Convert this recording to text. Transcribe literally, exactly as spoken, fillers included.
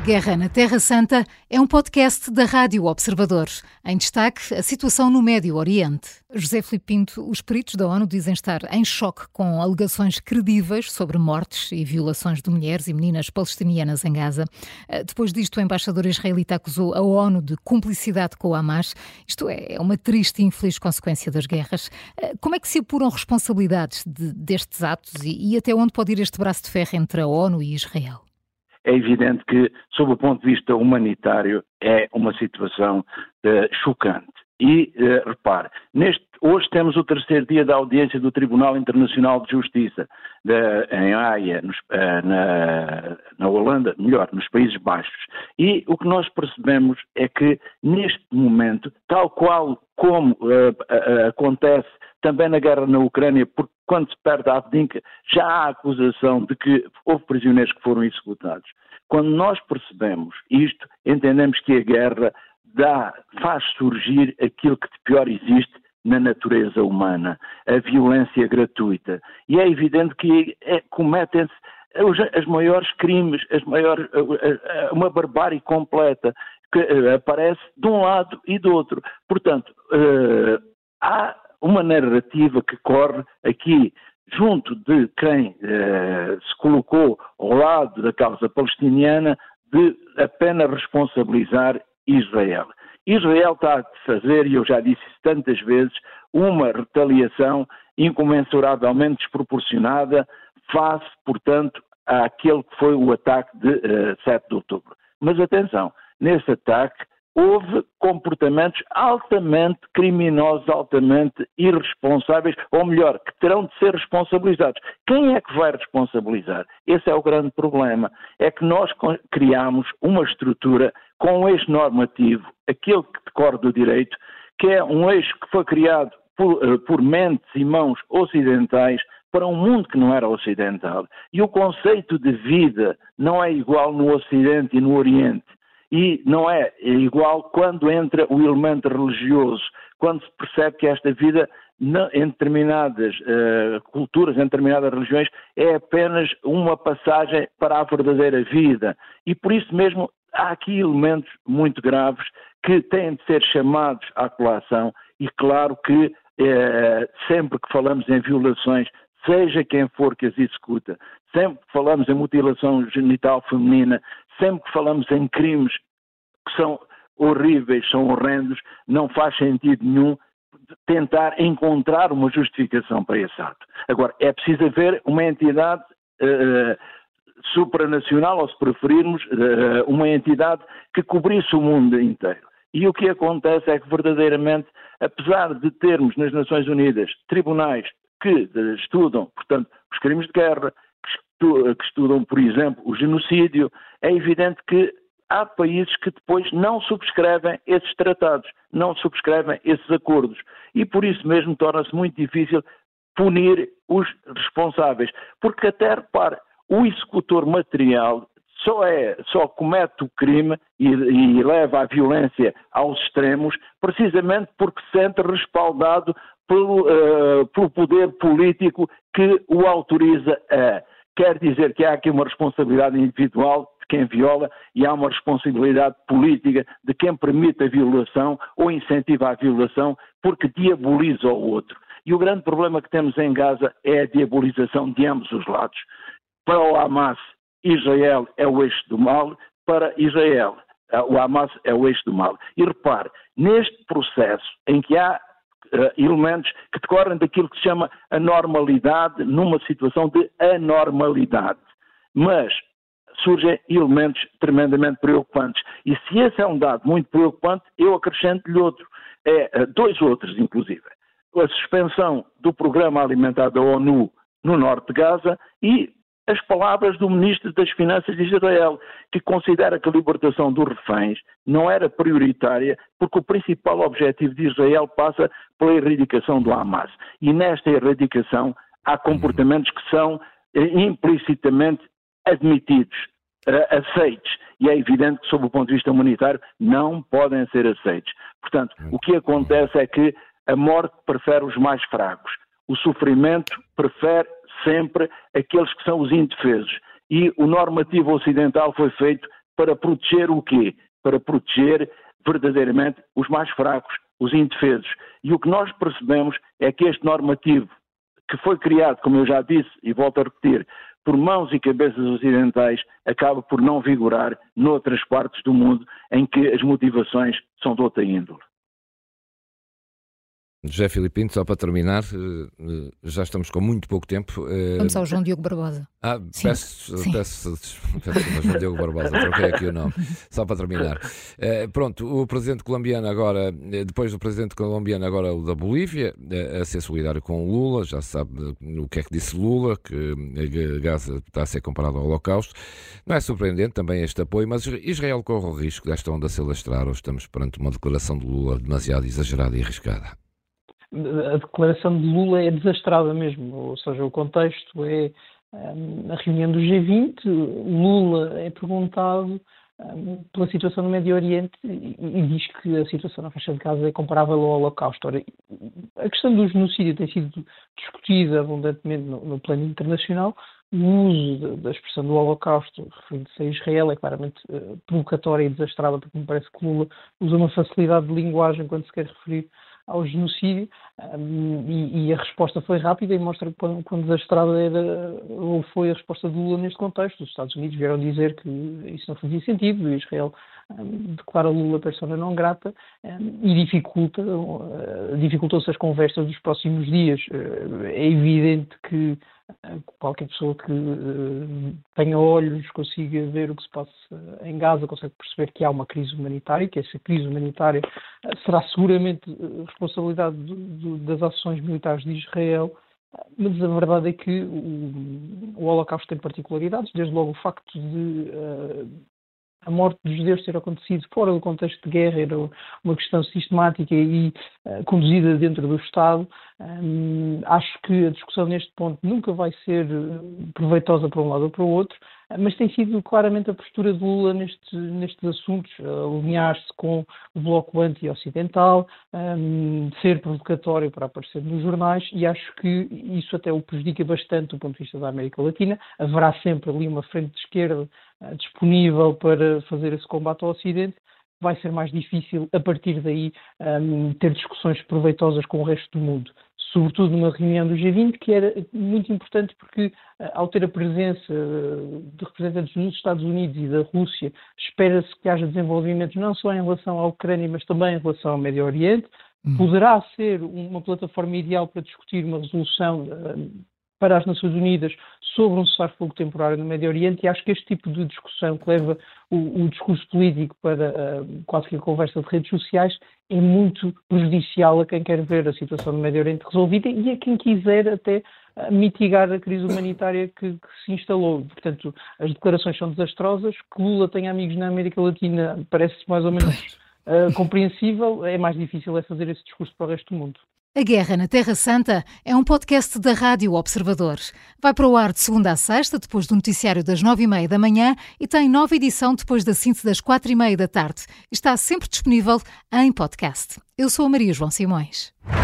Guerra na Terra Santa é um podcast da Rádio Observador. Em destaque, a situação no Médio Oriente. José Filipe Pinto, os peritos da ONU dizem estar em choque com alegações credíveis sobre mortes e violações de mulheres e meninas palestinianas em Gaza. Depois disto, o embaixador israelita acusou a ONU de cumplicidade com o Hamas. Isto é uma triste e infeliz consequência das guerras. Como é que se apuram responsabilidades de, destes atos e, e até onde pode ir este braço de ferro entre a ONU e Israel? É evidente que, sob o ponto de vista humanitário, é uma situação uh, chocante. E, uh, repare, neste, hoje temos o terceiro dia da audiência do Tribunal Internacional de Justiça de, em Haia, nos, uh, na, na Holanda, melhor, nos Países Baixos. E o que nós percebemos é que, neste momento, tal qual como uh, uh, acontece também na guerra na Ucrânia, porque quando se perde a Avdiivka, já há acusação de que houve prisioneiros que foram executados. Quando nós percebemos isto, entendemos que a guerra dá, faz surgir aquilo que de pior existe na natureza humana, a violência gratuita. E é evidente que é, cometem-se os maiores crimes, as maiores, uma barbárie completa, que aparece de um lado e do outro. Portanto, há uma narrativa que corre aqui junto de quem eh, se colocou ao lado da causa palestiniana de apenas responsabilizar Israel. Israel está a fazer, e eu já disse isso tantas vezes, uma retaliação incomensuravelmente desproporcionada face, portanto, àquele que foi o ataque de eh, sete de outubro. Mas atenção, nesse ataque houve comportamentos altamente criminosos, altamente irresponsáveis, ou melhor, que terão de ser responsabilizados. Quem é que vai responsabilizar? Esse é o grande problema. É que nós criamos uma estrutura com um eixo normativo, aquele que decorre do direito, que é um eixo que foi criado por, por mentes e mãos ocidentais para um mundo que não era ocidental. E o conceito de vida não é igual no Ocidente e no Oriente. E não é igual quando entra o elemento religioso, quando se percebe que esta vida, em determinadas uh, culturas, em determinadas religiões, é apenas uma passagem para a verdadeira vida. E por isso mesmo há aqui elementos muito graves que têm de ser chamados à colação e claro que uh, sempre que falamos em violações, seja quem for que as executa, sempre que falamos em mutilação genital feminina, sempre que falamos em crimes que são horríveis, são horrendos, não faz sentido nenhum tentar encontrar uma justificação para esse ato. Agora, é preciso haver uma entidade uh, supranacional, ou se preferirmos, uh, uma entidade que cobrisse o mundo inteiro. E o que acontece é que verdadeiramente, apesar de termos nas Nações Unidas tribunais que estudam, portanto, os crimes de guerra, que estudam, por exemplo, o genocídio, é evidente que há países que depois não subscrevem esses tratados, não subscrevem esses acordos. E por isso mesmo torna-se muito difícil punir os responsáveis. Porque até, repare, o executor material só, é, só comete o crime e, e leva a violência aos extremos precisamente porque se sente respaldado pelo, uh, pelo poder político que o autoriza a. Quer dizer que há aqui uma responsabilidade individual de quem viola e há uma responsabilidade política de quem permite a violação ou incentiva a violação porque diaboliza o outro. E o grande problema que temos em Gaza é a diabolização de ambos os lados. Para o Hamas, Israel é o eixo do mal, para Israel, o Hamas é o eixo do mal. E repare, neste processo em que há Uh, elementos que decorrem daquilo que se chama a normalidade numa situação de anormalidade. Mas surgem elementos tremendamente preocupantes. E se esse é um dado muito preocupante, eu acrescento-lhe outro. É, uh, dois outros, inclusive. A suspensão do Programa Alimentar da ONU no norte de Gaza e as palavras do Ministro das Finanças de Israel, que considera que a libertação dos reféns não era prioritária porque o principal objetivo de Israel passa pela erradicação do Hamas. E nesta erradicação há comportamentos que são eh, implicitamente admitidos, eh, aceitos. E é evidente que, sob o ponto de vista humanitário, não podem ser aceitos. Portanto, o que acontece é que a morte prefere os mais fracos. O sofrimento prefere sempre aqueles que são os indefesos. E o normativo ocidental foi feito para proteger o quê? Para proteger verdadeiramente os mais fracos, os indefesos. E o que nós percebemos é que este normativo, que foi criado, como eu já disse, e volto a repetir, por mãos e cabeças ocidentais, acaba por não vigorar noutras partes do mundo em que as motivações são de outra índole. José Filipe Pinto, só para terminar, já estamos com muito pouco tempo. Vamos ao João Diogo Barbosa. Ah, sim, peço, sim. peço, peço João Diogo Barbosa, troquei aqui o nome, só para terminar. Pronto, o presidente colombiano agora, depois do presidente colombiano agora o da Bolívia, a ser solidário com o Lula, já sabe o que é que disse Lula, que Gaza está a ser comparado ao Holocausto. Não é surpreendente também este apoio, mas Israel corre o risco desta onda se alastrar ou estamos perante uma declaração de Lula demasiado exagerada e arriscada? A declaração de Lula é desastrada mesmo, ou seja, o contexto é um, a reunião do G vinte, Lula é perguntado um, pela situação no Médio Oriente e, e diz que a situação na faixa de Gaza é comparável ao Holocausto. Ora, a questão do genocídio tem sido discutida abundantemente no, no plano internacional. O uso da expressão do Holocausto referindo-se a Israel é claramente uh, provocatória e desastrada, porque me parece que Lula usa uma facilidade de linguagem quando se quer referir ao genocídio, um, e, e a resposta foi rápida e mostra quão, quão desastrada era ou foi a resposta de Lula neste contexto. Os Estados Unidos vieram dizer que isso não fazia sentido, e Israel um, declara Lula persona não grata um, e dificulta, uh, dificultou-se as conversas dos próximos dias. Uh, é evidente que qualquer pessoa que uh, tenha olhos, consiga ver o que se passa em Gaza, consegue perceber que há uma crise humanitária, que essa crise humanitária uh, será seguramente uh, responsabilidade do, do, das ações militares de Israel, uh, mas a verdade é que o, o Holocausto tem particularidades, desde logo o facto de uh, a morte dos judeus ter acontecido fora do contexto de guerra, era uma questão sistemática e uh, conduzida dentro do Estado. Um, acho que a discussão neste ponto nunca vai ser proveitosa para um lado ou para o outro, mas tem sido claramente a postura de Lula neste, nestes assuntos, alinhar-se com o bloco anti-ocidental, um, ser provocatório para aparecer nos jornais, e acho que isso até o prejudica bastante do ponto de vista da América Latina. Haverá sempre ali uma frente de esquerda uh, disponível para fazer esse combate ao Ocidente. Vai ser mais difícil, a partir daí, um, ter discussões proveitosas com o resto do mundo. Sobretudo numa reunião do G vinte, que era muito importante porque, uh, ao ter a presença uh, de representantes dos Estados Unidos e da Rússia, espera-se que haja desenvolvimentos não só em relação à Ucrânia, mas também em relação ao Médio Oriente. Hum. Poderá ser uma plataforma ideal para discutir uma resolução uh, para as Nações Unidas sobre um cessar-fogo temporário no Médio Oriente, e acho que este tipo de discussão que leva o, o discurso político para uh, quase que a conversa de redes sociais é muito prejudicial a quem quer ver a situação no Médio Oriente resolvida e a quem quiser até uh, mitigar a crise humanitária que, que se instalou. Portanto, as declarações são desastrosas, que Lula tenha amigos na América Latina parece mais ou menos uh, compreensível, é mais difícil é fazer esse discurso para o resto do mundo. A Guerra na Terra Santa é um podcast da Rádio Observador. Vai para o ar de segunda a sexta, depois do noticiário das nove e meia da manhã, e tem nova edição depois da síntese das quatro e meia da tarde. Está sempre disponível em podcast. Eu sou a Maria João Simões.